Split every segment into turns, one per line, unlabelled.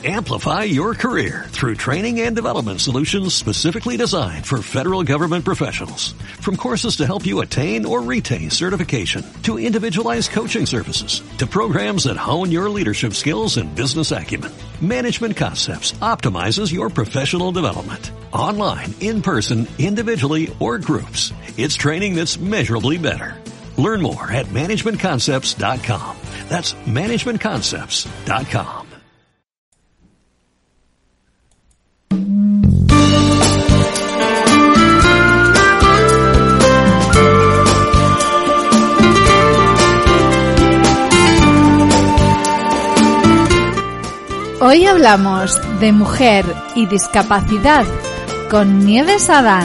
Amplify your career through training and development solutions specifically designed for federal government professionals. From courses to help you attain or retain certification, to individualized coaching services, to programs that hone your leadership skills and business acumen, Management Concepts optimizes your professional development. Online, in person, individually, or groups, it's training that's measurably better. Learn more at managementconcepts.com. That's managementconcepts.com.
Hoy hablamos de mujer y discapacidad con Nieves Adán.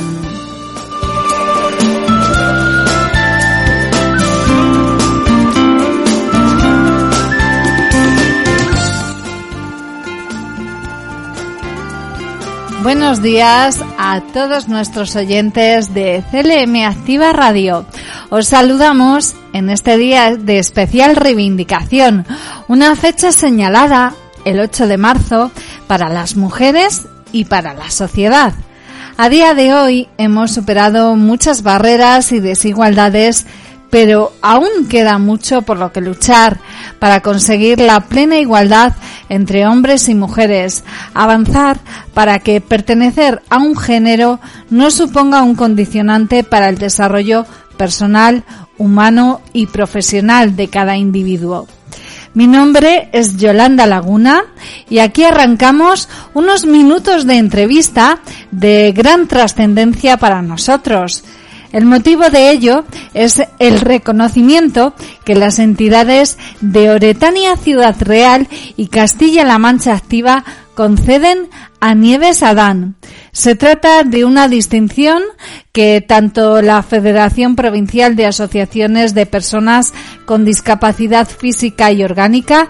Buenos días a todos nuestros oyentes de CLM Activa Radio. Os saludamos en este día de especial reivindicación, una fecha señalada, el 8 de marzo, para las mujeres y para la sociedad. A día de hoy hemos superado muchas barreras y desigualdades, pero aún queda mucho por lo que luchar para conseguir la plena igualdad entre hombres y mujeres, avanzar para que pertenecer a un género no suponga un condicionante para el desarrollo personal, humano y profesional de cada individuo. Mi nombre es Yolanda Laguna y aquí arrancamos unos minutos de entrevista de gran trascendencia para nosotros. El motivo de ello es el reconocimiento que las entidades de Oretania Ciudad Real y Castilla-La Mancha Activa conceden a Nieves Adán. Se trata de una distinción que tanto la Federación Provincial de Asociaciones de Personas con Discapacidad Física y Orgánica,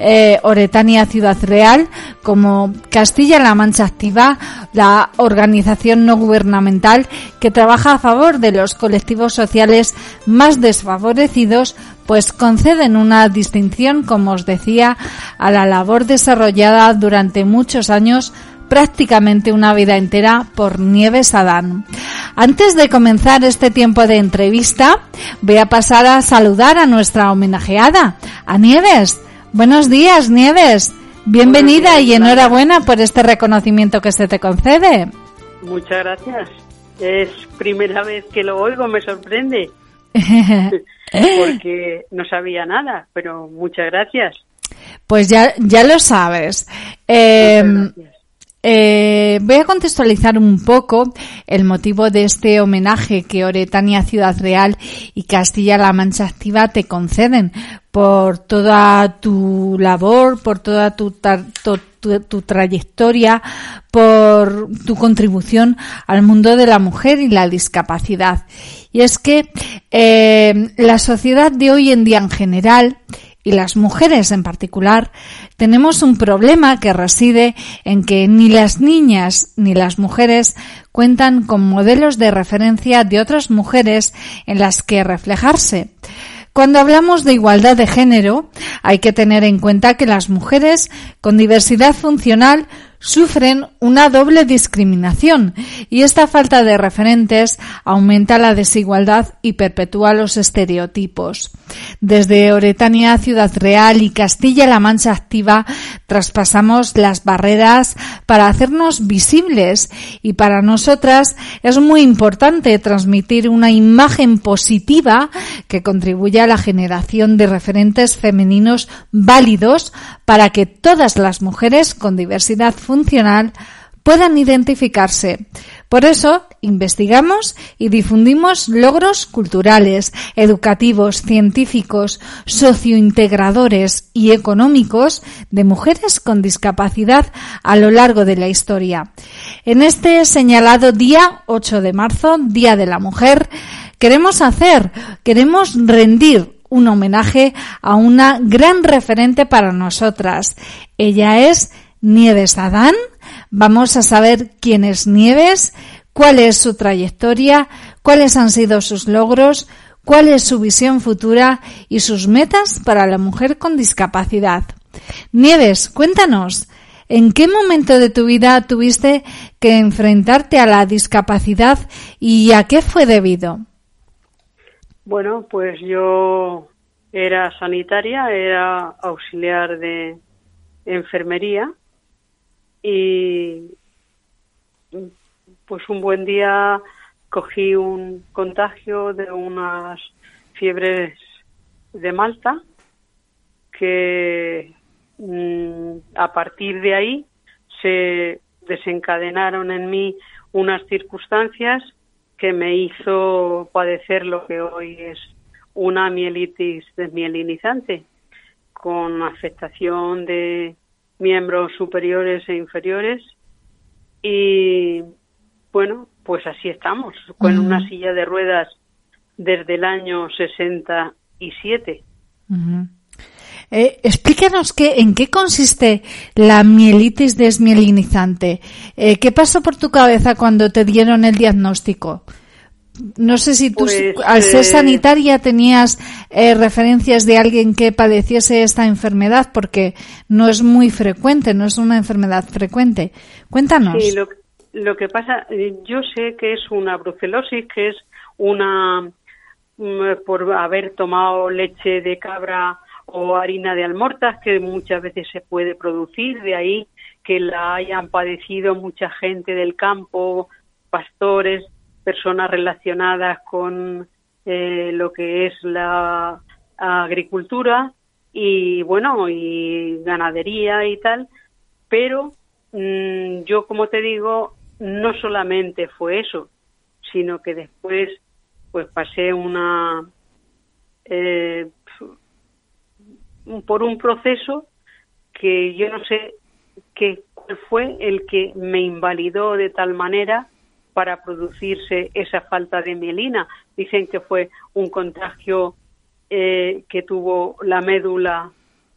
Oretania Ciudad Real, como Castilla-La Mancha Activa, la organización no gubernamental que trabaja a favor de los colectivos sociales más desfavorecidos, pues conceden una distinción, como os decía, a la labor desarrollada durante muchos años, prácticamente una vida entera, por Nieves Adán. Antes de comenzar este tiempo de entrevista, voy a pasar a saludar a nuestra homenajeada, a Nieves. Buenos días, Nieves. Bienvenida y enhorabuena por este reconocimiento que se te concede.
Muchas gracias. Es primera vez que lo oigo, me sorprende. Porque no sabía nada, pero muchas gracias.
Pues ya lo sabes. Voy a contextualizar un poco el motivo de este homenaje que Oretania Ciudad Real y Castilla-La Mancha Activa te conceden por toda tu labor, por toda tu trayectoria, por tu contribución al mundo de la mujer y la discapacidad. Y es que la sociedad de hoy en día en general, y las mujeres en particular, tenemos un problema que reside en que ni las niñas ni las mujeres cuentan con modelos de referencia de otras mujeres en las que reflejarse. Cuando hablamos de igualdad de género, hay que tener en cuenta que las mujeres con diversidad funcional sufren una doble discriminación y esta falta de referentes aumenta la desigualdad y perpetúa los estereotipos. Desde Oretania Ciudad Real y Castilla-La Mancha Activa traspasamos las barreras para hacernos visibles y para nosotras es muy importante transmitir una imagen positiva que contribuya a la generación de referentes femeninos válidos para que todas las mujeres con diversidad funcional puedan identificarse. Por eso, investigamos y difundimos logros culturales, educativos, científicos, sociointegradores y económicos de mujeres con discapacidad a lo largo de la historia. En este señalado día 8 de marzo, Día de la Mujer, queremos rendir un homenaje a una gran referente para nosotras. Ella es Nieves Adán. Vamos a saber quién es Nieves, cuál es su trayectoria, cuáles han sido sus logros, cuál es su visión futura y sus metas para la mujer con discapacidad. Nieves, cuéntanos, ¿En qué momento de tu vida tuviste que enfrentarte a la discapacidad y a qué fue debido?
Bueno, pues yo era sanitaria, era auxiliar de enfermería y pues un buen día cogí un contagio de unas fiebres de Malta que a partir de ahí se desencadenaron en mí unas circunstancias que me hizo padecer lo que hoy es una mielitis desmielinizante, con afectación de miembros superiores e inferiores. Y bueno, pues así estamos, con una silla de ruedas desde el año 67.
Explícanos en qué consiste la mielitis desmielinizante. ¿Qué pasó por tu cabeza cuando te dieron el diagnóstico? No sé si tú, al ser sanitaria, tenías referencias de alguien que padeciese esta enfermedad, porque no es muy frecuente, no es una enfermedad frecuente. Cuéntanos.
Sí, lo que pasa, yo sé que es una brucelosis, que es una por haber tomado leche de cabra o harina de almortas, que muchas veces se puede producir, de ahí que la hayan padecido mucha gente del campo, pastores, personas relacionadas con lo que es la agricultura y bueno, y ganadería y tal, pero yo, como te digo, no solamente fue eso, sino que después pues pasé por un proceso que yo no sé cuál fue el que me invalidó de tal manera para producirse esa falta de mielina. Dicen que fue un contagio que tuvo la médula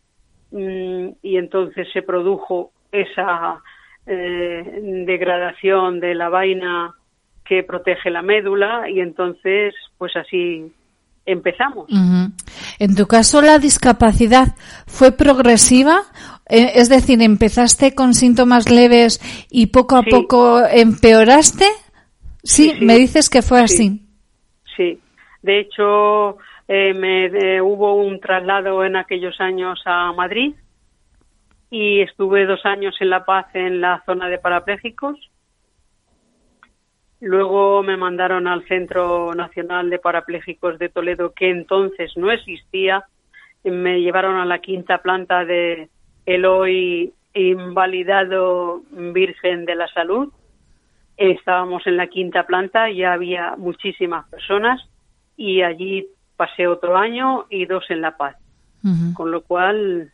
y entonces se produjo esa degradación de la vaina que protege la médula y entonces pues así empezamos.
En tu caso, ¿la discapacidad fue progresiva? Es decir, ¿empezaste con síntomas leves y poco a poco empeoraste? Sí, me dices que fue así.
Sí, de hecho hubo un traslado en aquellos años a Madrid y estuve 2 años en La Paz, en la zona de parapléjicos. Luego me mandaron al Centro Nacional de Parapléjicos de Toledo, que entonces no existía. Me llevaron a la 5ª planta de el hoy invalidado Virgen de la Salud. Estábamos en la 5ª planta, ya había muchísimas personas y allí pasé otro año y 2 en La Paz. Con lo cual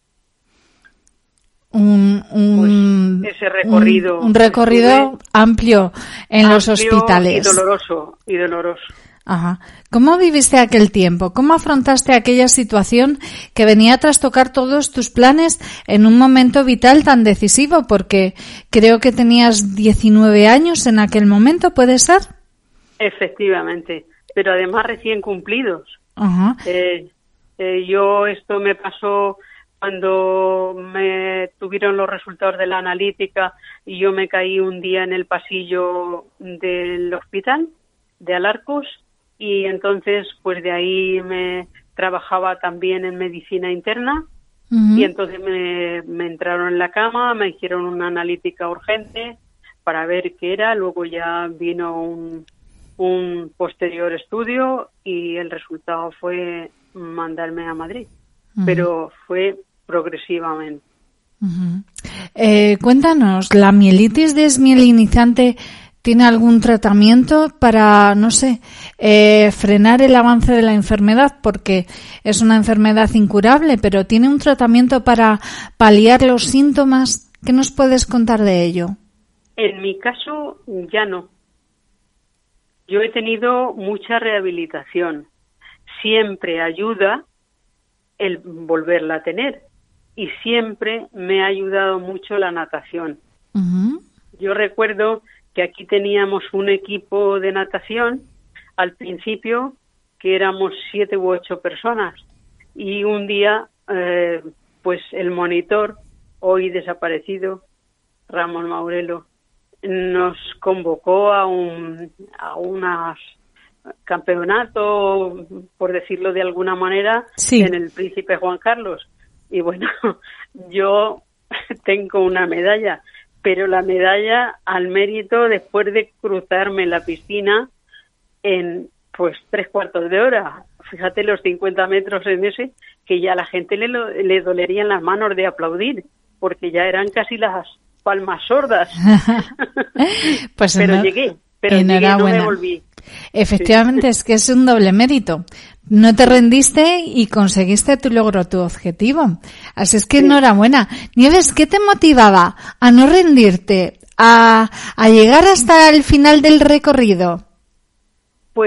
ese recorrido
un recorrido amplio en los hospitales
y doloroso.
Ajá. ¿Cómo viviste aquel tiempo? ¿Cómo afrontaste aquella situación que venía a trastocar todos tus planes en un momento vital tan decisivo? Porque creo que tenías 19 años en aquel momento, ¿puede ser?
Efectivamente, pero además recién cumplidos.
Ajá.
Esto me pasó cuando me tuvieron los resultados de la analítica y yo me caí un día en el pasillo del hospital de Alarcos y entonces pues de ahí me trabajaba también en medicina interna y entonces me entraron en la cama, me hicieron una analítica urgente para ver qué era, luego ya vino un posterior estudio y el resultado fue mandarme a Madrid, pero fue progresivamente.
Cuéntanos, ¿la mielitis desmielinizante tiene algún tratamiento para, no sé, frenar el avance de la enfermedad? Porque es una enfermedad incurable, pero ¿tiene un tratamiento para paliar los síntomas? ¿Qué nos puedes contar de ello?
En mi caso, ya no. Yo he tenido mucha rehabilitación. Siempre ayuda el volverla a tener. Y siempre me ha ayudado mucho la natación. Yo recuerdo que aquí teníamos un equipo de natación al principio que éramos 7 u 8 personas y un día pues el monitor hoy desaparecido, Ramón Maurelo, nos convocó a un campeonato, por decirlo de alguna manera,
sí,
en el Príncipe Juan Carlos. Y bueno, yo tengo una medalla, pero la medalla al mérito después de cruzarme la piscina en pues 3/4 de hora. Fíjate los 50 metros en ese, que ya a la gente le dolerían las manos de aplaudir, porque ya eran casi las palmas sordas.
Pues
pero llegué, no me volví.
Efectivamente, sí. Es que es un doble mérito. No te rendiste y conseguiste tu logro, tu objetivo. Así es que
sí.
Enhorabuena. Nieves, ¿qué te motivaba a no rendirte, a llegar hasta el final del recorrido?
Pues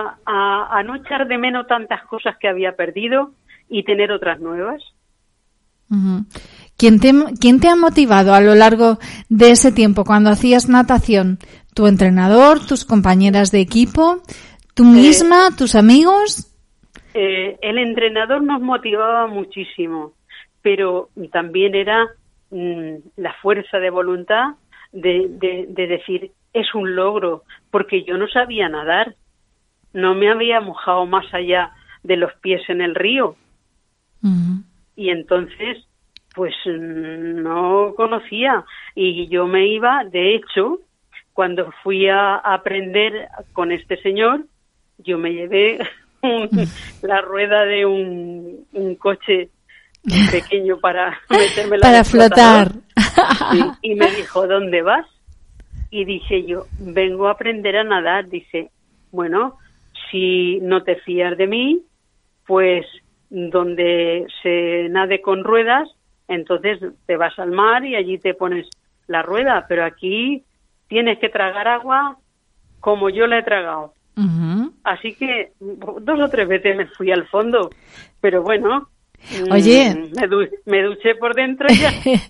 a no echar de menos tantas cosas que había perdido y tener otras nuevas.
Uh-huh. ¿Quién te ha motivado a lo largo de ese tiempo cuando hacías natación? ¿Tu entrenador, tus compañeras de equipo, tú misma, tus amigos?
El entrenador nos motivaba muchísimo, pero también era la fuerza de voluntad de decir, es un logro, porque yo no sabía nadar, no me había mojado más allá de los pies en el río.
Uh-huh.
Y entonces, pues no conocía, y yo me iba, de hecho, cuando fui a aprender con este señor, yo me llevé la rueda de un coche pequeño para meterme
para flotar.
Y me dijo, ¿dónde vas? Y dije yo, vengo a aprender a nadar. Dice, bueno, si no te fías de mí, pues donde se nade con ruedas, entonces te vas al mar y allí te pones la rueda, pero aquí tienes que tragar agua como yo la he tragado.
Uh-huh.
Así que 2 o 3 veces me fui al fondo, pero bueno,
oye,
me duché por dentro y ya.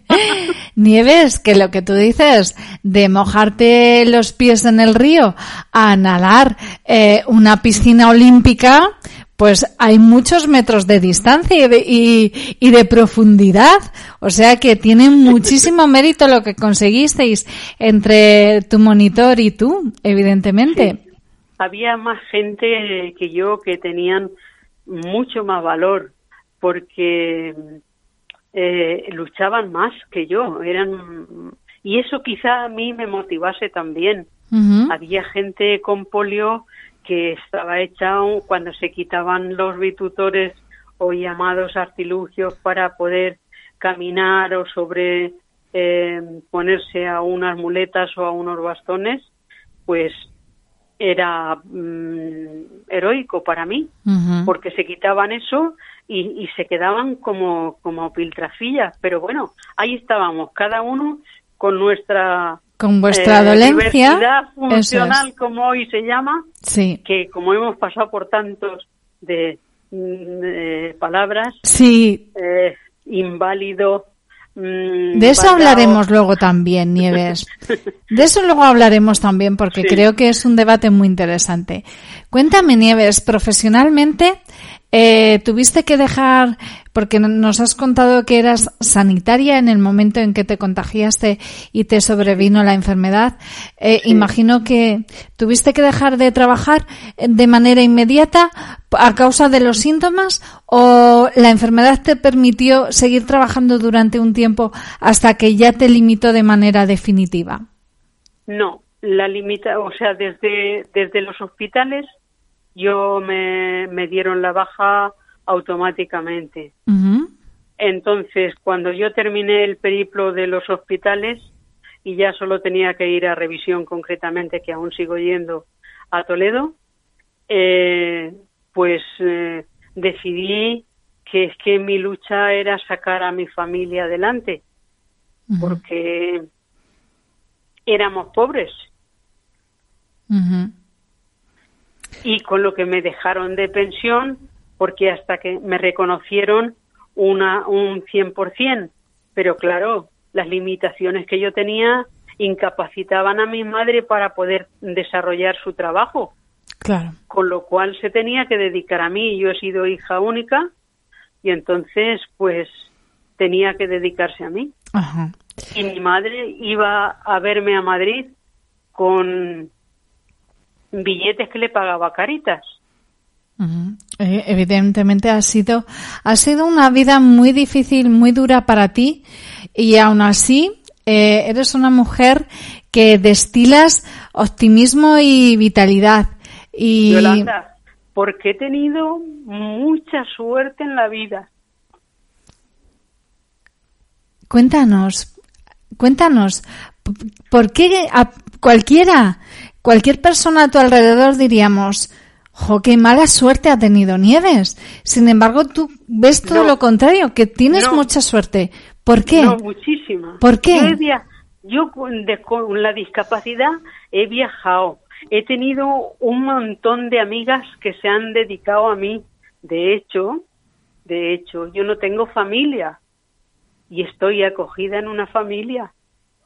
Nieves, que lo que tú dices de mojarte los pies en el río a nadar una piscina olímpica, pues hay muchos metros de distancia y de profundidad, o sea que tiene muchísimo mérito lo que conseguisteis entre tu monitor y tú, evidentemente.
Sí. Había más gente que yo que tenían mucho más valor porque luchaban más que yo, y eso quizá a mí me motivase también.
Uh-huh.
Había gente con polio que estaba hecha cuando se quitaban los bitutores o llamados artilugios para poder caminar o ponerse a unas muletas o a unos bastones, pues era heroico para mí,
uh-huh,
porque se quitaban eso y se quedaban como piltrafillas, pero bueno, ahí estábamos, cada uno con nuestra
dolencia,
diversidad funcional, como hoy se llama,
sí,
que como hemos pasado por tantos de palabras,
sí,
inválido.
De eso hablaremos luego también, Nieves. De eso luego hablaremos también porque sí, creo que es un debate muy interesante. Cuéntame, Nieves, profesionalmente, tuviste que dejar, porque nos has contado que eras sanitaria en el momento en que te contagiaste y te sobrevino la enfermedad. Sí. Imagino que tuviste que dejar de trabajar de manera inmediata a causa de los síntomas, o la enfermedad te permitió seguir trabajando durante un tiempo hasta que ya te limitó de manera definitiva.
No, o sea, desde los hospitales yo me dieron la baja automáticamente.
Uh-huh.
Entonces, cuando yo terminé el periplo de los hospitales y ya solo tenía que ir a revisión concretamente, que aún sigo yendo a Toledo, decidí que es que mi lucha era sacar a mi familia adelante, uh-huh, porque éramos pobres.
Uh-huh.
Y con lo que me dejaron de pensión, porque hasta que me reconocieron un 100%, pero claro, las limitaciones que yo tenía incapacitaban a mi madre para poder desarrollar su trabajo.
Claro.
Con lo cual se tenía que dedicar a mí. Yo he sido hija única y entonces pues tenía que dedicarse a mí.
Ajá.
Y mi madre iba a verme a Madrid con billetes que le pagaba Cáritas.
Uh-huh. Evidentemente ha sido una vida muy difícil, muy dura para ti, y aún así eres una mujer que destilas optimismo y vitalidad. Y
Yolanda, porque he tenido mucha suerte en la vida.
Cuéntanos, ¿por qué a cualquier persona a tu alrededor diríamos, ¡jo, qué mala suerte ha tenido Nieves! Sin embargo, tú ves todo lo contrario, que tienes mucha suerte. ¿Por qué?
No, muchísima.
¿Por qué?
Yo con la discapacidad he viajado. He tenido un montón de amigas que se han dedicado a mí. De hecho, yo no tengo familia y estoy acogida en una familia.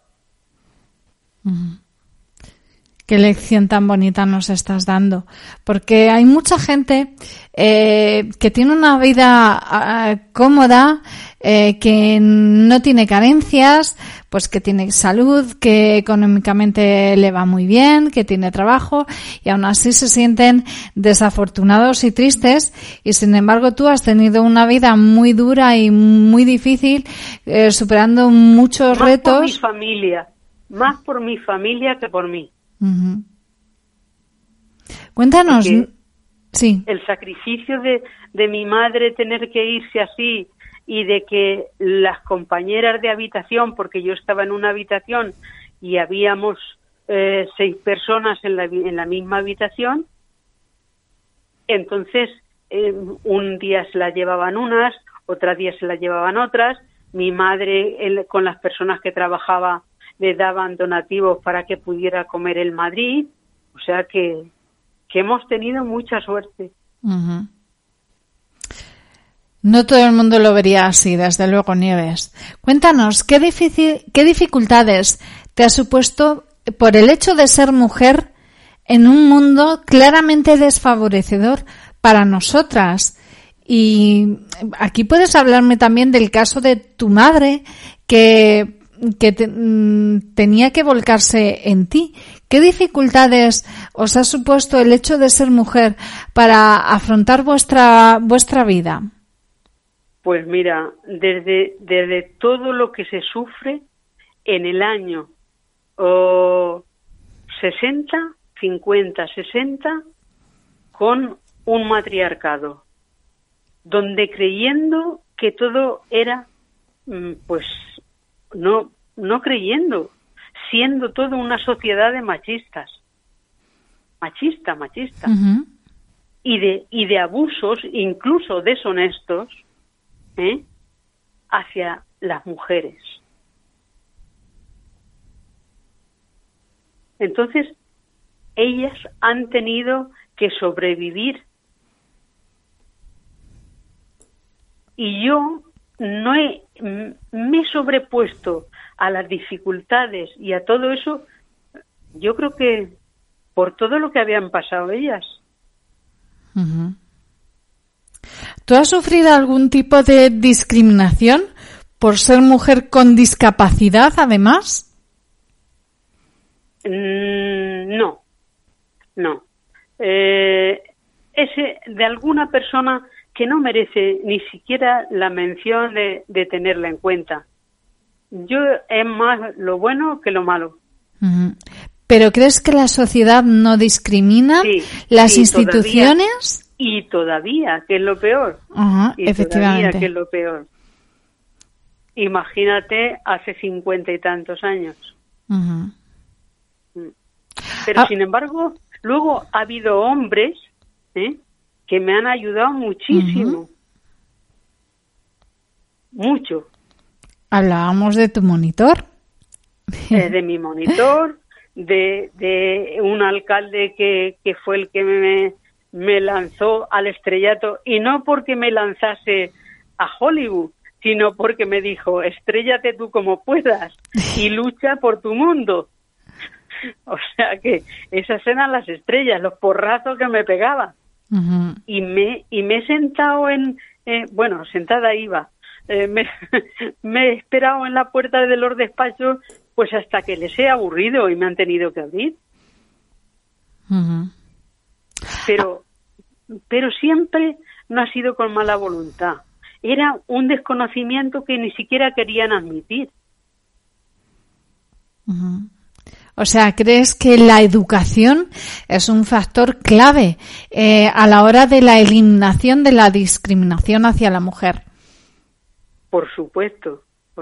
Qué lección tan bonita nos estás dando, porque hay mucha gente que tiene una vida cómoda, que no tiene carencias, pues que tiene salud, que económicamente le va muy bien, que tiene trabajo, y aún así se sienten desafortunados y tristes, y sin embargo tú has tenido una vida muy dura y muy difícil, superando muchos retos.
Más por mi familia que por mí.
Uh-huh. Cuéntanos.
Porque
sí.
El sacrificio de mi madre tener que irse así, y de que las compañeras de habitación, porque yo estaba en una habitación y habíamos 6 personas en la misma habitación, entonces un día se la llevaban unas, otro día se la llevaban otras. Mi madre con las personas que trabajaba le daban donativos para que pudiera comer en Madrid. O sea que hemos tenido mucha suerte.
Uh-huh. No todo el mundo lo vería así, desde luego, Nieves. Cuéntanos, ¿qué dificultades te ha supuesto por el hecho de ser mujer en un mundo claramente desfavorecedor para nosotras? Y aquí puedes hablarme también del caso de tu madre, que tenía que volcarse en ti. ¿Qué dificultades os ha supuesto el hecho de ser mujer para afrontar vuestra vida?
Pues mira, desde todo lo que se sufre en el año 60, 60, con un matriarcado, donde creyendo que todo era, pues no creyendo, siendo todo una sociedad de machistas, machista,
uh-huh.
y de abusos, incluso deshonestos, hacia las mujeres. Entonces, ellas han tenido que sobrevivir. Y yo me he sobrepuesto a las dificultades y a todo eso, yo creo que por todo lo que habían pasado ellas.
Uh-huh. ¿Tú has sufrido algún tipo de discriminación por ser mujer con discapacidad, además?
No. Ese de alguna persona que no merece ni siquiera la mención de tenerla en cuenta. Yo es más lo bueno que lo malo.
Uh-huh. ¿Pero crees que la sociedad no discrimina?
Sí,
¿Las instituciones?
Todavía, que es lo peor.
Uh-huh, efectivamente.
Todavía, que es lo peor. Imagínate hace 50 y tantos años.
Uh-huh.
Pero sin embargo, luego ha habido hombres que me han ayudado muchísimo.
Uh-huh.
Mucho.
Hablábamos de tu monitor.
De mi monitor, de un alcalde que fue el que me lanzó al estrellato, y no porque me lanzase a Hollywood, sino porque me dijo, estréllate tú como puedas y lucha por tu mundo. O sea que esas eran las estrellas, los porrazos que me pegaba.
Uh-huh.
Y me he sentado sentada iba, me he esperado en la puerta de los despachos pues hasta que les he aburrido y me han tenido que abrir.
Uh-huh.
Pero siempre no ha sido con mala voluntad. Era un desconocimiento que ni siquiera querían admitir.
Uh-huh. O sea, ¿crees que la educación es un factor clave a la hora de la eliminación de la discriminación hacia la mujer?
Por supuesto,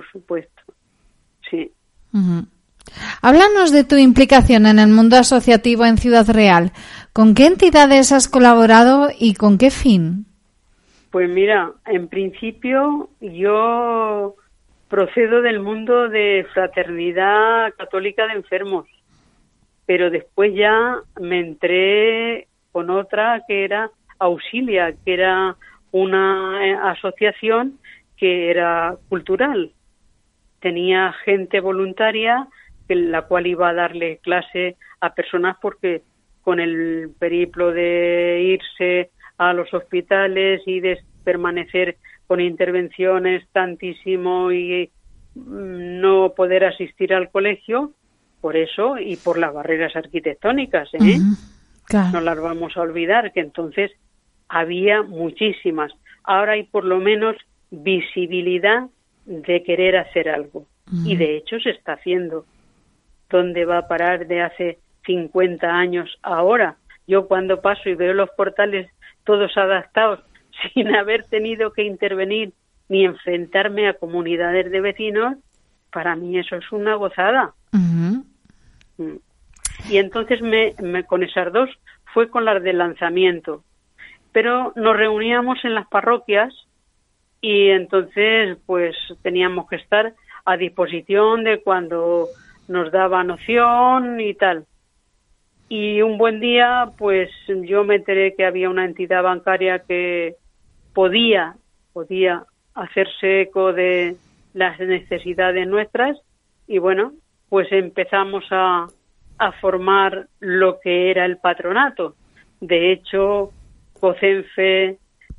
sí.
Uh-huh. Háblanos de tu implicación en el mundo asociativo en Ciudad Real. ¿Con qué entidades has colaborado y con qué fin?
Pues mira, en principio yo procedo del mundo de Fraternidad Católica de Enfermos, pero después ya me entré con otra que era Auxilia, que era una asociación que era cultural. Tenía gente voluntaria, la cual iba a darle clase a personas porque con el periplo de irse a los hospitales y de permanecer con intervenciones tantísimo y no poder asistir al colegio, por eso y por las barreras arquitectónicas,
Uh-huh. Claro.
No las vamos a olvidar, que entonces había muchísimas. Ahora hay por lo menos visibilidad de querer hacer algo. Uh-huh. Y de hecho se está haciendo. ¿Dónde va a parar de hace 50 años ahora? Yo cuando paso y veo los portales todos adaptados, sin haber tenido que intervenir ni enfrentarme a comunidades de vecinos, para mí eso es una gozada.
Uh-huh.
Y entonces con esas dos fue con las de lanzamiento. Pero nos reuníamos en las parroquias y entonces pues teníamos que estar a disposición de cuando nos daban opción y tal. Y un buen día pues yo me enteré que había una entidad bancaria que podía hacerse eco de las necesidades nuestras y bueno, pues empezamos a formar lo que era el patronato. De hecho, COCENFE,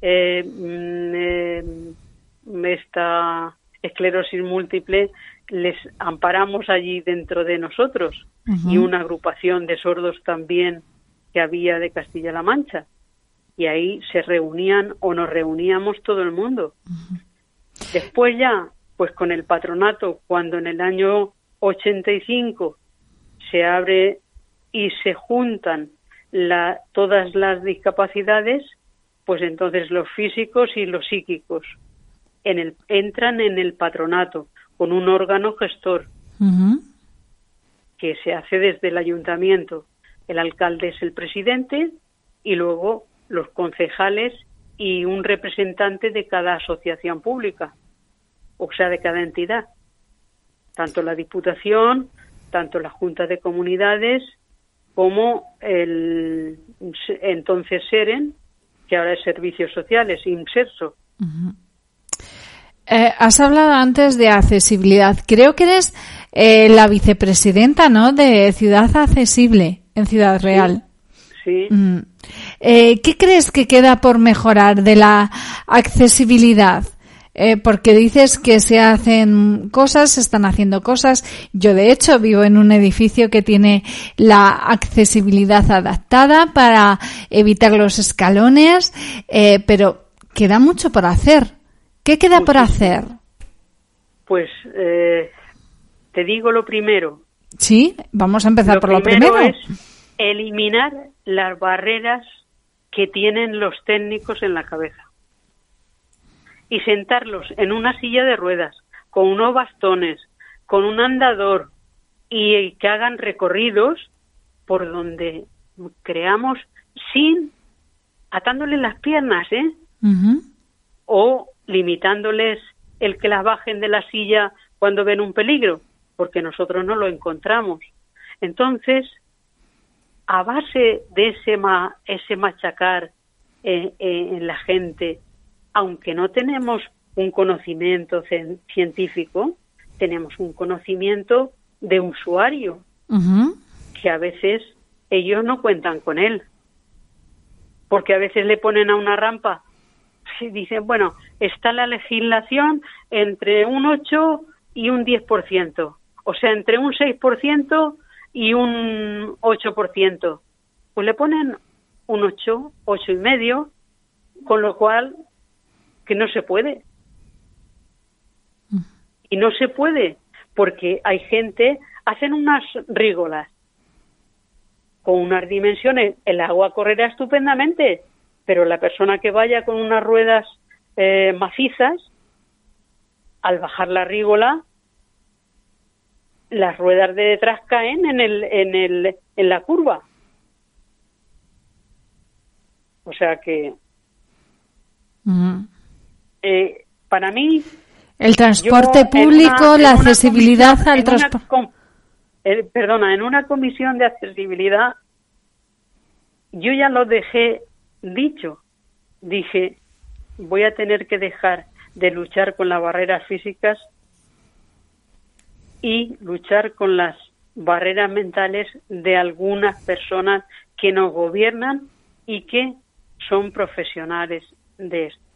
esta esclerosis múltiple, les amparamos allí dentro de nosotros. Uh-huh. Y una agrupación de sordos también que había de Castilla-La Mancha. Y ahí se reunían o nos reuníamos todo el mundo. Uh-huh. Después ya, pues con el patronato, cuando en el año 85 se abre y se juntan todas las discapacidades, pues entonces los físicos y los psíquicos entran en el patronato con un órgano gestor. Uh-huh. Que se hace desde el ayuntamiento. El alcalde es el presidente y luego los concejales y un representante de cada asociación pública, o sea, de cada entidad. Tanto la Diputación, tanto la Junta de Comunidades, como el entonces SEREN, que ahora es Servicios Sociales, INSERSO.
Uh-huh. Has hablado antes de accesibilidad. Creo que eres la vicepresidenta, ¿no?, de Ciudad Accesible en Ciudad Real.
Sí.
¿Qué crees que queda por mejorar de la accesibilidad? Porque dices que se hacen cosas, se están haciendo cosas. Yo, de hecho, vivo en un edificio que tiene la accesibilidad adaptada para evitar los escalones, pero queda mucho por hacer. ¿Qué queda por hacer?
Pues te digo lo primero.
Sí, vamos a empezar por lo primero.
Es eliminar las barreras que tienen los técnicos en la cabeza y sentarlos en una silla de ruedas, con unos bastones, con un andador y que hagan recorridos por donde creamos sin atándoles las piernas,
Uh-huh.
o limitándoles el que las bajen de la silla cuando ven un peligro, porque nosotros no lo encontramos. Entonces, a base de ese machacar en la gente, aunque no tenemos un conocimiento científico, tenemos un conocimiento de usuario,
Uh-huh.
que a veces ellos no cuentan con él, porque a veces le ponen a una rampa dicen, bueno, está la legislación entre un 8 y un 10%, o sea, entre un 6% y un 8%. Pues le ponen un 8, 8,5, con lo cual que no se puede. Y no se puede porque hay gente, hacen unas rígolas con unas dimensiones, el agua correrá estupendamente, pero la persona que vaya con unas ruedas macizas, al bajar la rígola, las ruedas de detrás caen en la curva. O sea que para mí
el transporte público, la accesibilidad al transporte.
En una comisión de accesibilidad yo ya lo dejé dicho. Dije, voy a tener que dejar de luchar con las barreras físicas y luchar con las barreras mentales de algunas personas que nos gobiernan y que son profesionales de esto.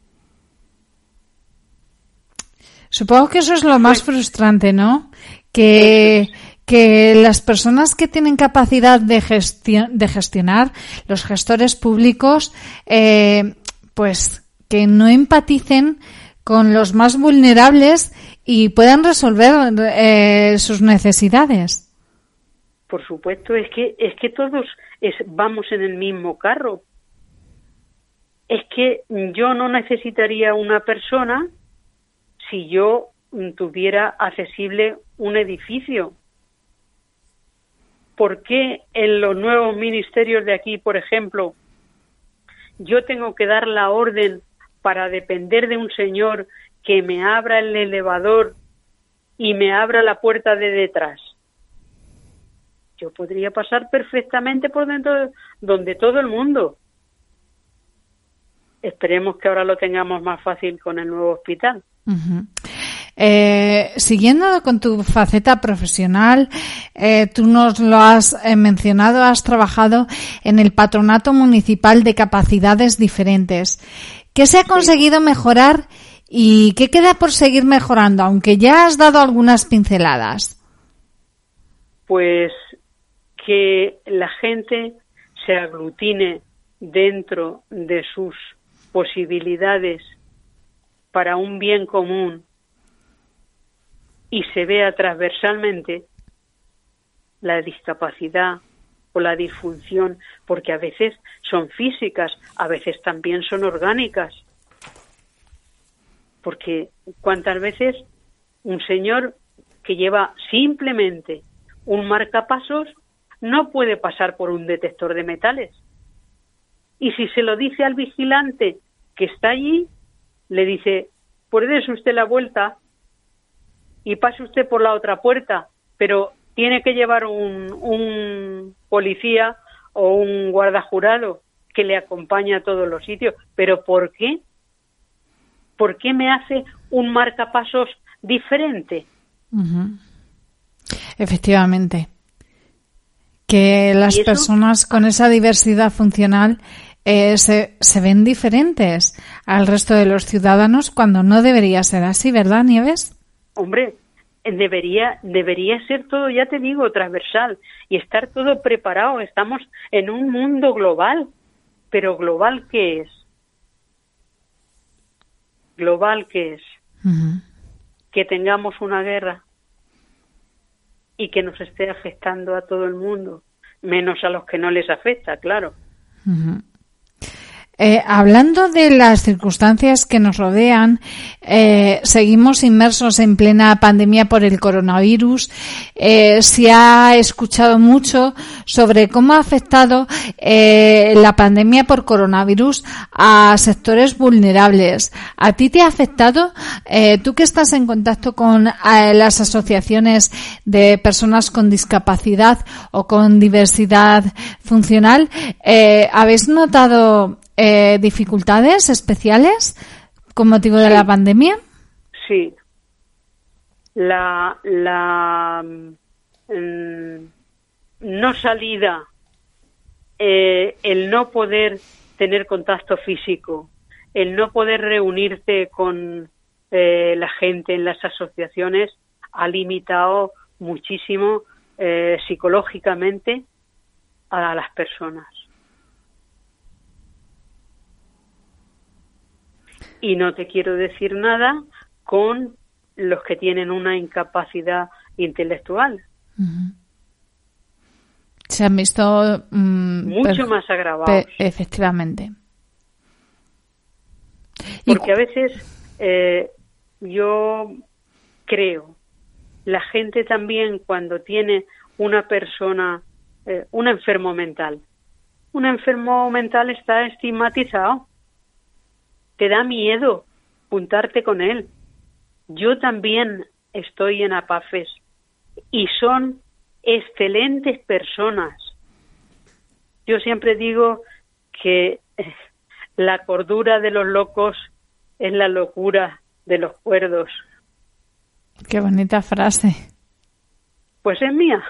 Supongo que eso es lo más frustrante, ¿no? Que las personas que tienen capacidad de gestionar, los gestores públicos, pues que no empaticen con los más vulnerables y puedan resolver sus necesidades.
Por supuesto, es que todos vamos en el mismo carro. Es que yo no necesitaría una persona si yo tuviera accesible un edificio. ¿Por qué en los nuevos ministerios de aquí, por ejemplo, yo tengo que dar la orden para depender de un señor que me abra el elevador y me abra la puerta de detrás? Yo podría pasar perfectamente por dentro donde todo el mundo. Esperemos que ahora lo tengamos más fácil con el nuevo hospital.
Uh-huh. Siguiendo con tu faceta profesional, tú nos lo has mencionado, has trabajado en el Patronato Municipal de Capacidades Diferentes. ¿Qué se ha conseguido mejorar y qué queda por seguir mejorando, aunque ya has dado algunas pinceladas?
Pues que la gente se aglutine dentro de sus posibilidades para un bien común y se vea transversalmente la discapacidad o la disfunción, porque a veces son físicas, a veces también son orgánicas. Porque cuántas veces un señor que lleva simplemente un marcapasos no puede pasar por un detector de metales. Y si se lo dice al vigilante que está allí, le dice, pues dése usted la vuelta y pase usted por la otra puerta, pero tiene que llevar un policía o un guardajurado que le acompañe a todos los sitios. ¿Pero por qué? ¿Por qué me hace un marcapasos diferente?
Uh-huh. Efectivamente. Que las personas con esa diversidad funcional se ven diferentes al resto de los ciudadanos cuando no debería ser así, ¿verdad, Nieves?
Hombre, debería ser todo, ya te digo, transversal y estar todo preparado. Estamos en un mundo global, pero ¿global qué es? ¿Global qué es?
Uh-huh.
Que tengamos una guerra y que nos esté afectando a todo el mundo, menos a los que no les afecta, claro.
Uh-huh. Hablando de las circunstancias que nos rodean, seguimos inmersos en plena pandemia por el coronavirus. Se ha escuchado mucho sobre cómo ha afectado la pandemia por coronavirus a sectores vulnerables. ¿A ti te ha afectado? Tú que estás en contacto con las asociaciones de personas con discapacidad o con diversidad funcional, ¿habéis notado dificultades especiales con motivo de la pandemia?
Sí. La no salida, el no poder tener contacto físico, el no poder reunirte con la gente en las asociaciones ha limitado muchísimo psicológicamente a las personas. Y no te quiero decir nada con los que tienen una incapacidad intelectual.
Uh-huh. Se han visto
mucho más agravados.
Efectivamente.
Porque a veces yo creo, la gente también cuando tiene una persona, un enfermo mental está estigmatizado. Te da miedo juntarte con él. Yo también estoy en APAFES y son excelentes personas. Yo siempre digo que la cordura de los locos es la locura de los cuerdos.
Qué bonita frase.
Pues es mía.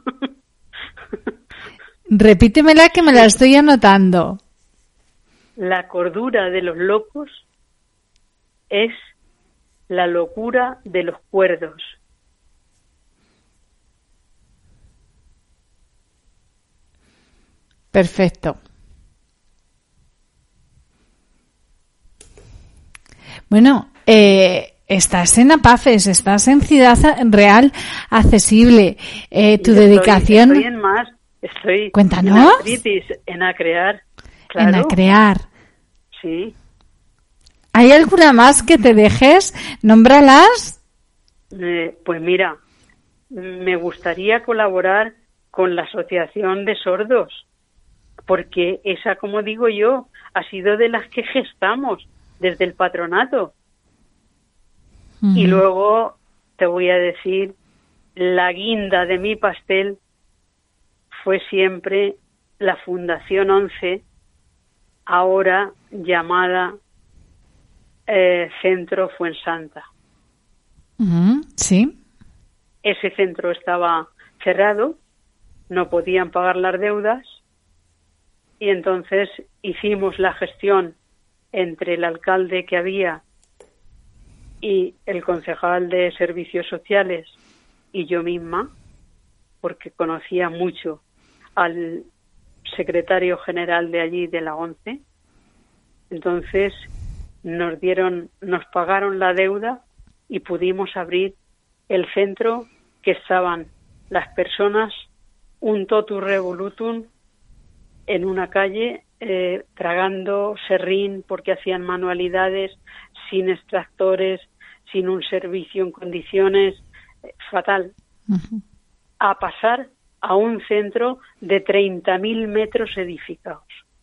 Repítemela que me la estoy anotando.
La cordura de los locos es la locura de los cuerdos.
Perfecto. Bueno, estás en APAFES, estás en Ciudad Real Accesible. Tu dedicación...
Estoy en más. Estoy
Cuéntanos.
En artritis, en Acrear. Claro.
En Acrear.
Sí.
¿Hay alguna más que te dejes? Nómbralas.
Pues mira, me gustaría colaborar con la Asociación de Sordos, porque esa, como digo yo, ha sido de las que gestamos desde el patronato. Uh-huh. Y luego te voy a decir, la guinda de mi pastel fue siempre la Fundación 11, ahora llamada Centro Fuensanta.
Uh-huh. Sí.
Ese centro estaba cerrado, no podían pagar las deudas y entonces hicimos la gestión entre el alcalde que había y el concejal de Servicios Sociales y yo misma, porque conocía mucho al secretario general de allí de la ONCE. Entonces nos pagaron la deuda y pudimos abrir el centro, que estaban las personas un totus revolutum en una calle tragando serrín porque hacían manualidades, sin extractores, sin un servicio en condiciones, fatal. Uh-huh. A pasar a un centro de 30.000 metros edificados.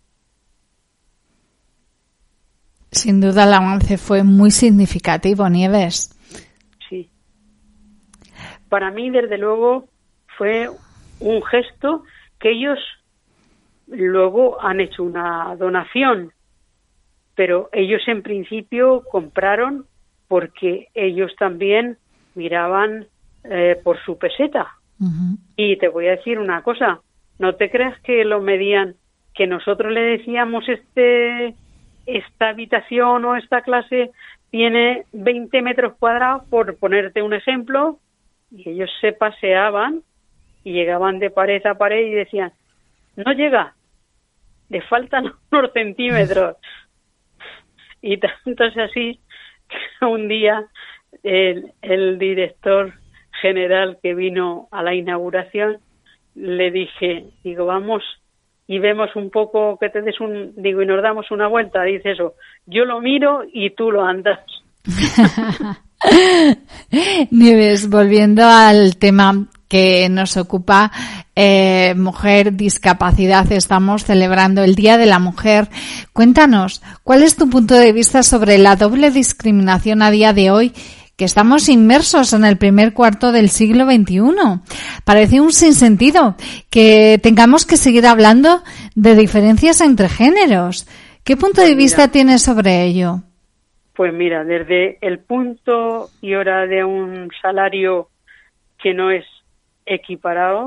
Sin duda el avance fue muy significativo, Nieves.
Sí. Para mí, desde luego, fue un gesto que ellos luego han hecho una donación, pero ellos en principio compraron porque ellos también miraban por su peseta. Uh-huh. Y te voy a decir una cosa, no te creas que lo medían, que nosotros le decíamos esta habitación o esta clase tiene 20 metros cuadrados, por ponerte un ejemplo, y ellos se paseaban y llegaban de pared a pared y decían, no llega, le faltan unos centímetros. Y tanto es así que un día el director general que vino a la inauguración, le dije, vamos y vemos un poco, que te des y nos damos una vuelta. Dice eso, yo lo miro y tú lo andas.
Nieves, volviendo al tema que nos ocupa, mujer, discapacidad, estamos celebrando el Día de la Mujer. Cuéntanos, ¿cuál es tu punto de vista sobre la doble discriminación a día de hoy, que estamos inmersos en el primer cuarto del siglo XXI? Parece un sinsentido que tengamos que seguir hablando de diferencias entre géneros. ¿Qué punto de vista tienes sobre ello?
Pues mira, desde el punto y hora de un salario que no es equiparado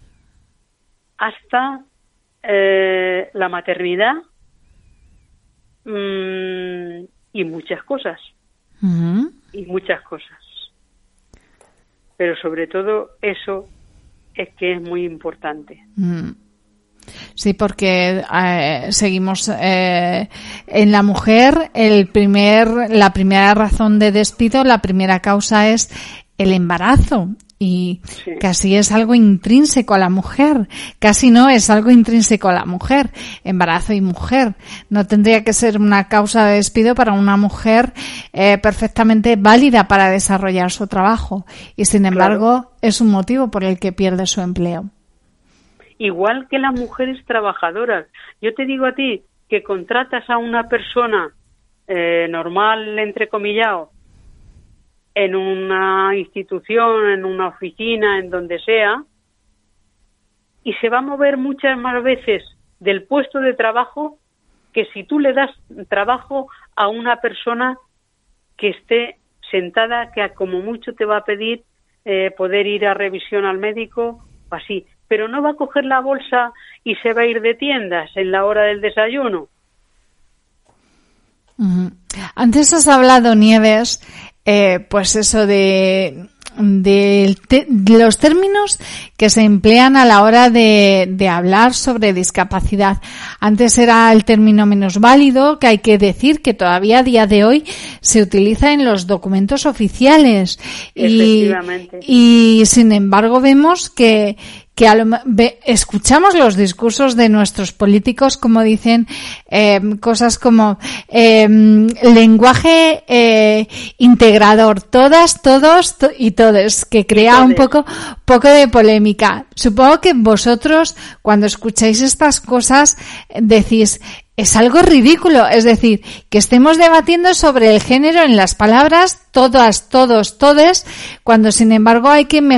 hasta la maternidad, y muchas cosas.
Uh-huh.
Y muchas cosas. Pero sobre todo eso es que es muy importante.
Sí, porque seguimos en la mujer, la primera razón de despido, la primera causa es el embarazo. Y
sí.
Casi es algo intrínseco a la mujer, casi no es algo intrínseco a la mujer, embarazo y mujer. No tendría que ser una causa de despido para una mujer perfectamente válida para desarrollar su trabajo y sin embargo
claro.
Es un motivo por el que pierde su empleo.
Igual que las mujeres trabajadoras. Yo te digo a ti que contratas a una persona normal, entrecomillado, en una institución, en una oficina, en donde sea, y se va a mover muchas más veces del puesto de trabajo que si tú le das trabajo a una persona que esté sentada, que como mucho te va a pedir poder ir a revisión al médico o así, pero no va a coger la bolsa y se va a ir de tiendas en la hora del desayuno.
Uh-huh. Antes has hablado, Nieves, pues eso de los términos que se emplean a la hora de hablar sobre discapacidad. Antes era el término minusválido, que hay que decir que todavía a día de hoy se utiliza en los documentos oficiales.
Efectivamente.
Y sin embargo vemos que escuchamos los discursos de nuestros políticos como dicen cosas como lenguaje integrador, todas, todos y todes, que crea un poco de polémica. Supongo que vosotros cuando escucháis estas cosas decís, es algo ridículo, es decir, que estemos debatiendo sobre el género en las palabras todas, todos, todes, cuando sin embargo hay que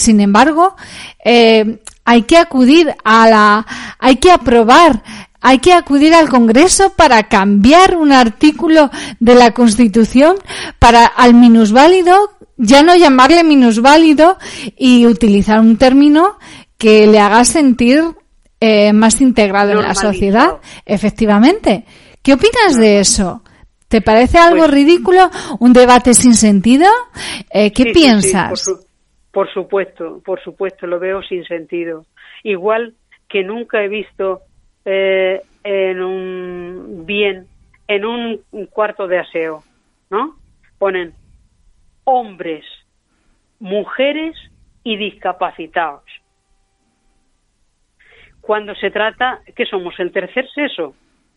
acudir hay que aprobar, hay que acudir al Congreso para cambiar un artículo de la Constitución al minusválido, ya no llamarle minusválido y utilizar un término que le haga sentir más integrado en la sociedad, efectivamente. ¿Qué opinas de eso? ¿Te parece algo ridículo? ¿Un debate sin sentido? ¿Qué piensas?
Sí, por supuesto, lo veo sin sentido. Igual que nunca he visto en un cuarto de aseo, ¿no? Ponen hombres, mujeres y discapacitados. Cuando se trata, ¿qué somos? ¿El tercer sexo?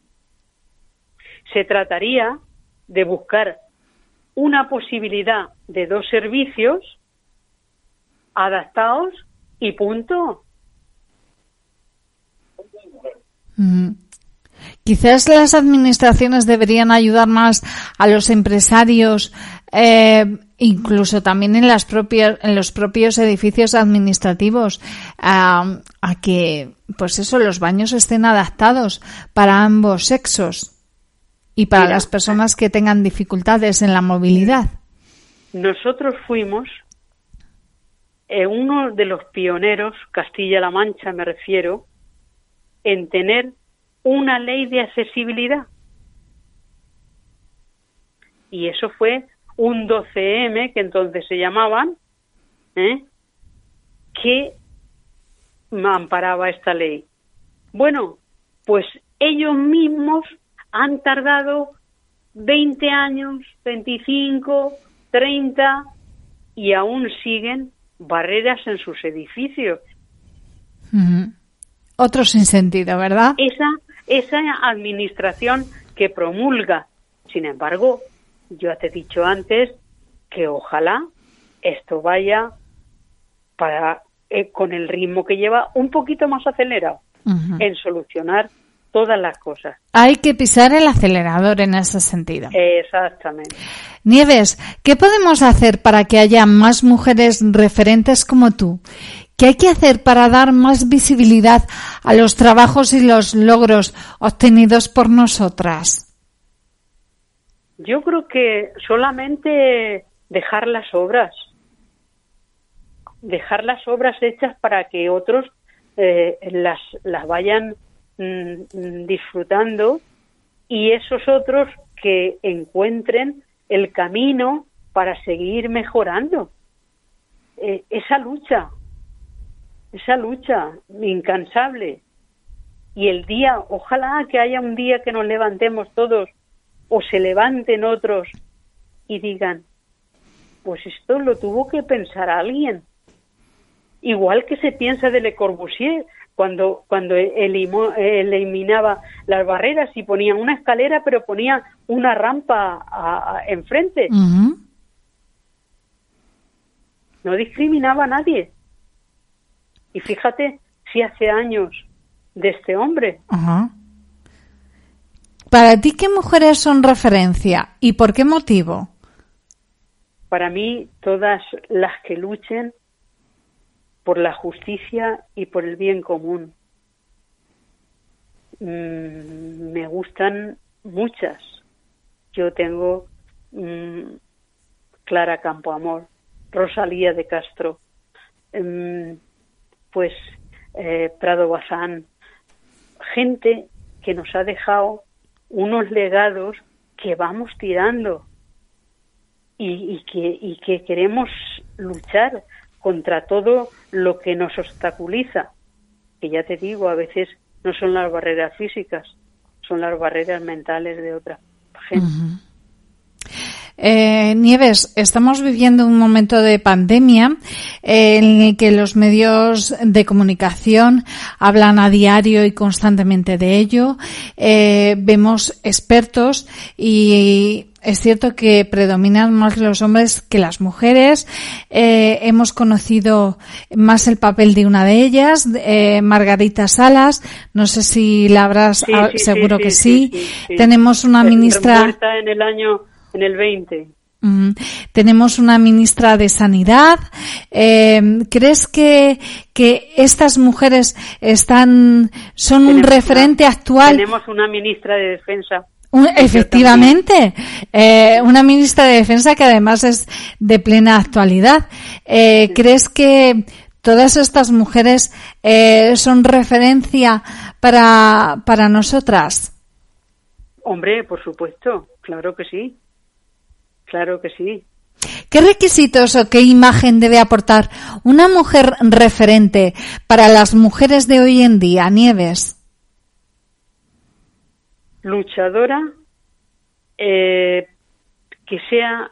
Se trataría de buscar una posibilidad de dos servicios adaptados y punto.
Quizás las administraciones deberían ayudar más a los empresarios, incluso también en los propios edificios administrativos, a que, pues eso, los baños estén adaptados para ambos sexos y para las personas que tengan dificultades en la movilidad.
Nosotros fuimos uno de los pioneros, Castilla-La Mancha me refiero, en tener una ley de accesibilidad. Y eso fue un 12M, que entonces se llamaban, que amparaba esta ley. Bueno, pues ellos mismos han tardado 20 años, 25, 30 y aún siguen barreras en sus edificios.
Otro sinsentido, ¿verdad?
Esa administración que promulga. Sin embargo, yo te he dicho antes que ojalá esto vaya con el ritmo que lleva un poquito más acelerado en solucionar todas las cosas.
Hay que pisar el acelerador en ese sentido.
Exactamente.
Nieves, ¿qué podemos hacer para que haya más mujeres referentes como tú? ¿Qué hay que hacer para dar más visibilidad a los trabajos y los logros obtenidos por nosotras?
Yo creo que solamente dejar las obras hechas para que otros las vayan disfrutando y esos otros que encuentren el camino para seguir mejorando. Esa lucha incansable. Y el día, ojalá que haya un día que nos levantemos todos o se levanten otros y digan, pues esto lo tuvo que pensar alguien. Igual que se piensa de Le Corbusier cuando eliminaba las barreras y ponía una escalera, pero ponía una rampa enfrente.
Uh-huh.
No discriminaba a nadie. Y fíjate si hace años de este hombre.
Uh-huh. ¿Para ti qué mujeres son referencia y por qué motivo?
Para mí, todas las que luchen por la justicia y por el bien común. Me gustan muchas. Yo tengo Clara Campoamor, Rosalía de Castro, Prado Bazán, gente que nos ha dejado unos legados que vamos tirando y que queremos luchar contra todo lo que nos obstaculiza, que ya te digo, a veces no son las barreras físicas, son las barreras mentales de otra gente.
Uh-huh. Nieves, estamos viviendo un momento de pandemia en el que los medios de comunicación hablan a diario y constantemente de ello. Vemos expertos y es cierto que predominan más los hombres que las mujeres. Hemos conocido más el papel de una de ellas, Margarita Salas. No sé si la habrás, seguro que sí. Tenemos una ministra.
Muerta en el 20.
Tenemos una ministra de Sanidad. ¿Crees que estas mujeres son un referente actual?
Tenemos una ministra de Defensa.
Efectivamente, una ministra de Defensa que además es de plena actualidad. ¿Crees que todas estas mujeres son referencia para nosotras?
Hombre, por supuesto, claro que sí. Claro que sí.
¿Qué requisitos o qué imagen debe aportar una mujer referente para las mujeres de hoy en día, Nieves?
Luchadora, que sea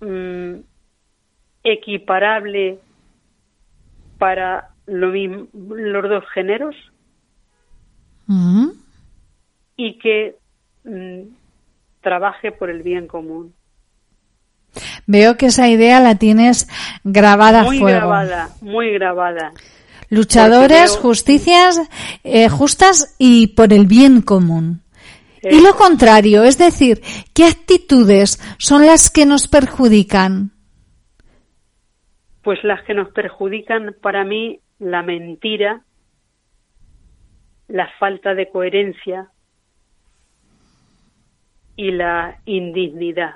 equiparable para los dos géneros.
Uh-huh.
Y que trabaje por el bien común.
Veo que esa idea la tienes grabada a fuego.
Muy grabada.
Luchadores, justicias, justas y por el bien común. Y lo contrario, es decir, ¿qué actitudes son las que nos perjudican?
Pues las que nos perjudican, para mí, la mentira, la falta de coherencia y la indignidad.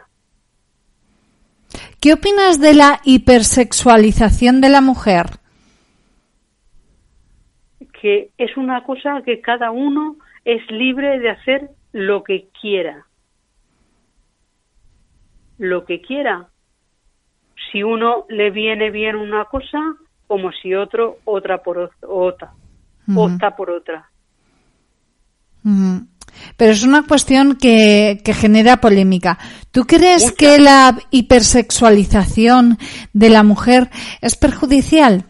¿Qué opinas de la hipersexualización de la mujer?
Que es una cosa que cada uno es libre de hacer lo que quiera. Lo que quiera. Si uno le viene bien una cosa, como si otro otra por otra.
Uh-huh.
Opta por otra.
Uh-huh. Pero es una cuestión que genera polémica. ¿Tú crees
Mucha.
Que la hipersexualización de la mujer es perjudicial?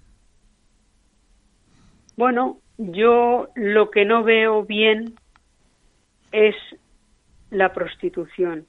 Bueno, yo lo que no veo bien es la prostitución.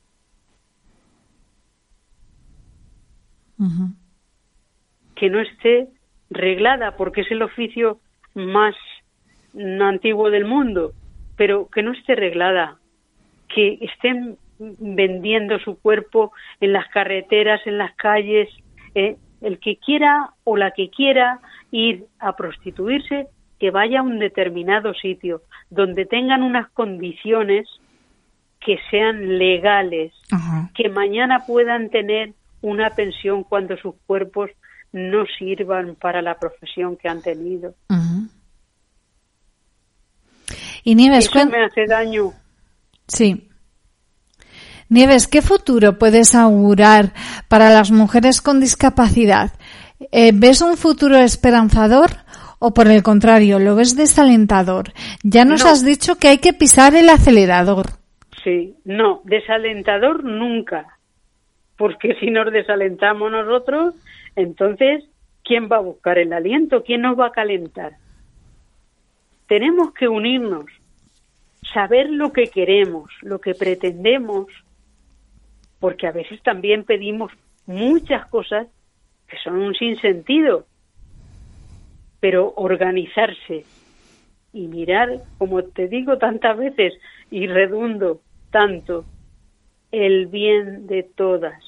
Uh-huh.
Que no esté reglada, porque es el oficio más antiguo del mundo, pero que no esté reglada, que estén vendiendo su cuerpo en las carreteras, en las calles. El que quiera o la que quiera ir a prostituirse, que vaya a un determinado sitio donde tengan unas condiciones que sean legales,
uh-huh.
que mañana puedan tener una pensión cuando sus cuerpos no sirvan para la profesión que han tenido.
Uh-huh. Y Nieves,
eso me hace daño.
Sí. Nieves, ¿qué futuro puedes augurar para las mujeres con discapacidad? ¿Ves un futuro esperanzador o por el contrario, lo ves desalentador? Ya nos has dicho que hay que pisar el acelerador.
Sí, no, desalentador nunca, porque si nos desalentamos nosotros, entonces, ¿quién va a buscar el aliento? ¿Quién nos va a calentar? Tenemos que unirnos, saber lo que queremos, lo que pretendemos, porque a veces también pedimos muchas cosas que son un sinsentido, pero organizarse y mirar, como te digo tantas veces y redundo tanto, el bien de todas,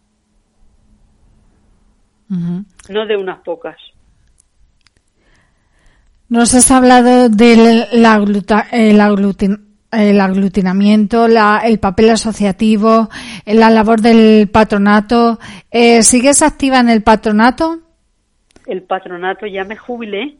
no de unas pocas.
Nos has hablado del el aglutinamiento, el papel asociativo, la labor del patronato. ¿Sigues activa en el patronato?
El patronato ya me jubilé.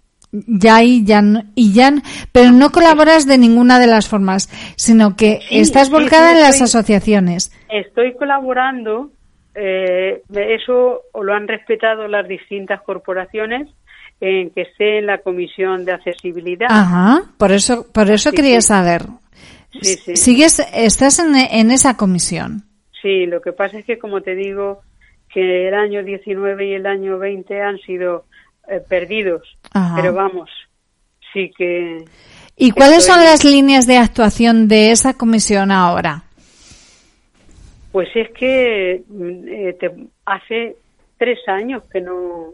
Pero no colaboras de ninguna de las formas, sino que estás volcada en las asociaciones.
Estoy colaborando, eso lo han respetado las distintas corporaciones, en que esté en la comisión de accesibilidad.
Ajá, por eso quería saber. Sí. ¿Estás en esa comisión?
Sí, lo que pasa es que, como te digo, que el año 19 y el año 20 han sido perdidos. Ajá. Pero vamos, sí que...
¿Y cuáles son las líneas de actuación de esa comisión ahora?
Pues es que hace 3 años que no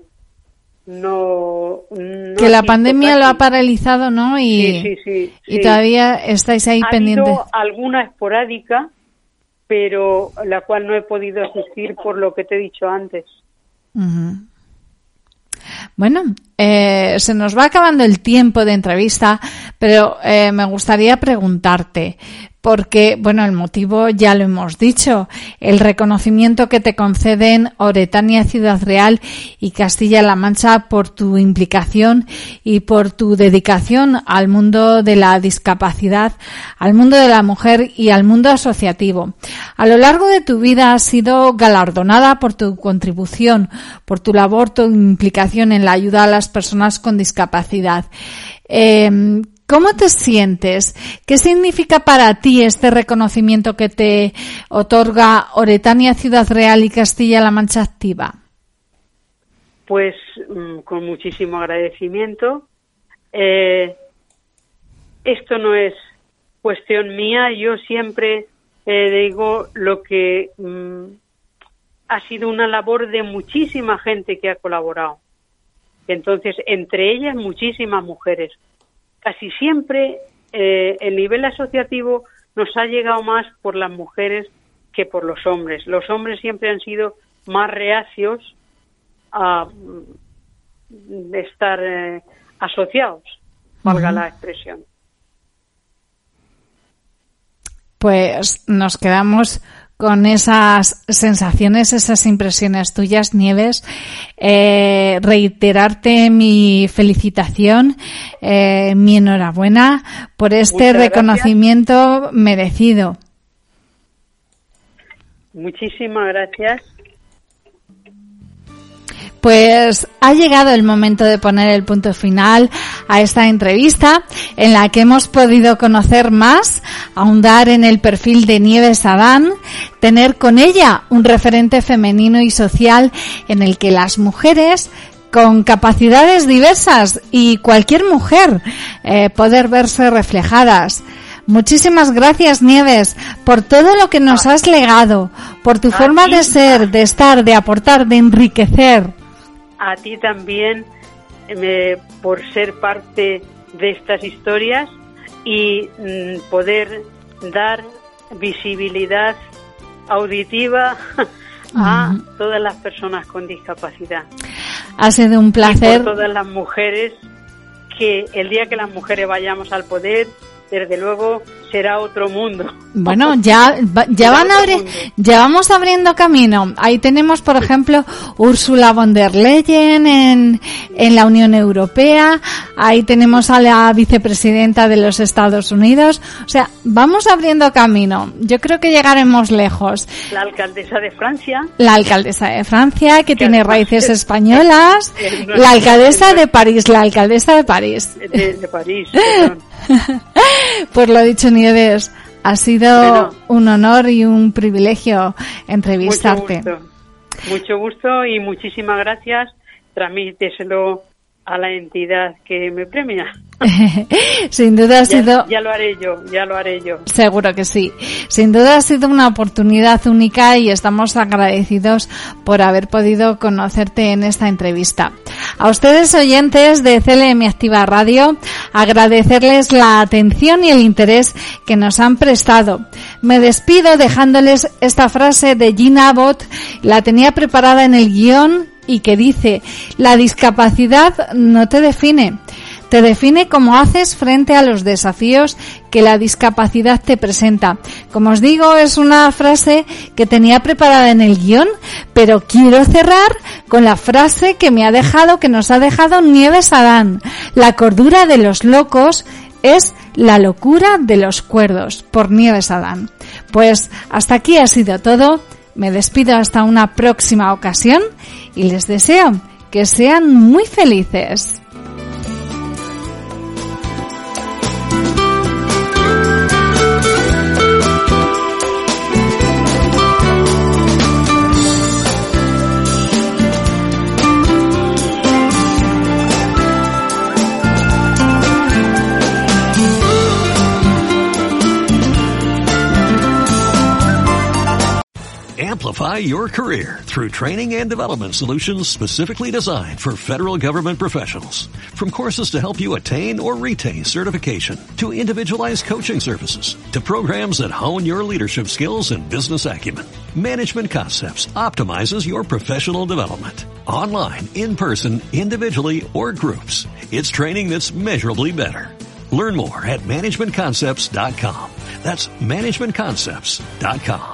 que la pandemia casi lo ha paralizado, ¿no?
Sí.
Y todavía estáis ahí pendientes.
Ha habido alguna esporádica, pero la cual no he podido asistir por lo que te he dicho antes.
Uh-huh. Bueno, se nos va acabando el tiempo de entrevista, pero me gustaría preguntarte, porque, bueno, el motivo ya lo hemos dicho, el reconocimiento que te conceden Oretania, Ciudad Real y Castilla-La Mancha por tu implicación y por tu dedicación al mundo de la discapacidad, al mundo de la mujer y al mundo asociativo. A lo largo de tu vida has sido galardonada por tu contribución, por tu labor, tu implicación en la ayuda a las personas con discapacidad. ¿Cómo te sientes? ¿Qué significa para ti este reconocimiento que te otorga Oretania, Ciudad Real y Castilla-La Mancha Activa?
Pues con muchísimo agradecimiento. Esto no es cuestión mía. Yo siempre digo lo que ha sido una labor de muchísima gente que ha colaborado. Entonces, entre ellas muchísimas mujeres. Casi siempre el nivel asociativo nos ha llegado más por las mujeres que por los hombres. Los hombres siempre han sido más reacios a estar asociados, valga la expresión.
Pues nos quedamos con esas sensaciones, esas impresiones tuyas, Nieves. Reiterarte mi felicitación, mi enhorabuena por este reconocimiento merecido.
Muchísimas gracias.
Pues ha llegado el momento de poner el punto final a esta entrevista en la que hemos podido conocer más, ahondar en el perfil de Nieves Adán, tener con ella un referente femenino y social en el que las mujeres con capacidades diversas y cualquier mujer poder verse reflejadas. Muchísimas gracias, Nieves, por todo lo que nos has legado, por tu forma de ser, de estar, de aportar, de enriquecer.
A ti también, por ser parte de estas historias y poder dar visibilidad auditiva a todas las personas con discapacidad.
Ha sido un placer.
Y por todas las mujeres, que el día que las mujeres vayamos al poder, desde luego será otro mundo.
Bueno, ya vamos abriendo camino. Ahí tenemos, por ejemplo, Ursula von der Leyen en la Unión Europea. Ahí tenemos a la vicepresidenta de los Estados Unidos. O sea, vamos abriendo camino. Yo creo que llegaremos lejos.
La alcaldesa de Francia.
La alcaldesa de Francia, que tiene raíces españolas. La alcaldesa de París. De París,
perdón.
Pues lo dicho, Nieves, ha sido un honor y un privilegio entrevistarte.
Mucho gusto y muchísimas gracias. Transmíteselo a la entidad que me premia.
Sin duda ha sido...
Ya lo haré yo.
Seguro que sí. Sin duda ha sido una oportunidad única y estamos agradecidos por haber podido conocerte en esta entrevista. A ustedes, oyentes de CLM Activa Radio, agradecerles la atención y el interés que nos han prestado. Me despido dejándoles esta frase de Gina Abbott, la tenía preparada en el guión y que dice: la discapacidad no te define. Te define cómo haces frente a los desafíos que la discapacidad te presenta. Como os digo, es una frase que tenía preparada en el guión, pero quiero cerrar con la frase que nos ha dejado Nieves Adán. La cordura de los locos es la locura de los cuerdos, por Nieves Adán. Pues hasta aquí ha sido todo. Me despido hasta una próxima ocasión y les deseo que sean muy felices.
Amplify your career through training and development solutions specifically designed for federal government professionals. From courses to help you attain or retain certification, to individualized coaching services, to programs that hone your leadership skills and business acumen, Management Concepts optimizes your professional development. Online, in person, individually, or groups, it's training that's measurably better. Learn more at managementconcepts.com. That's managementconcepts.com.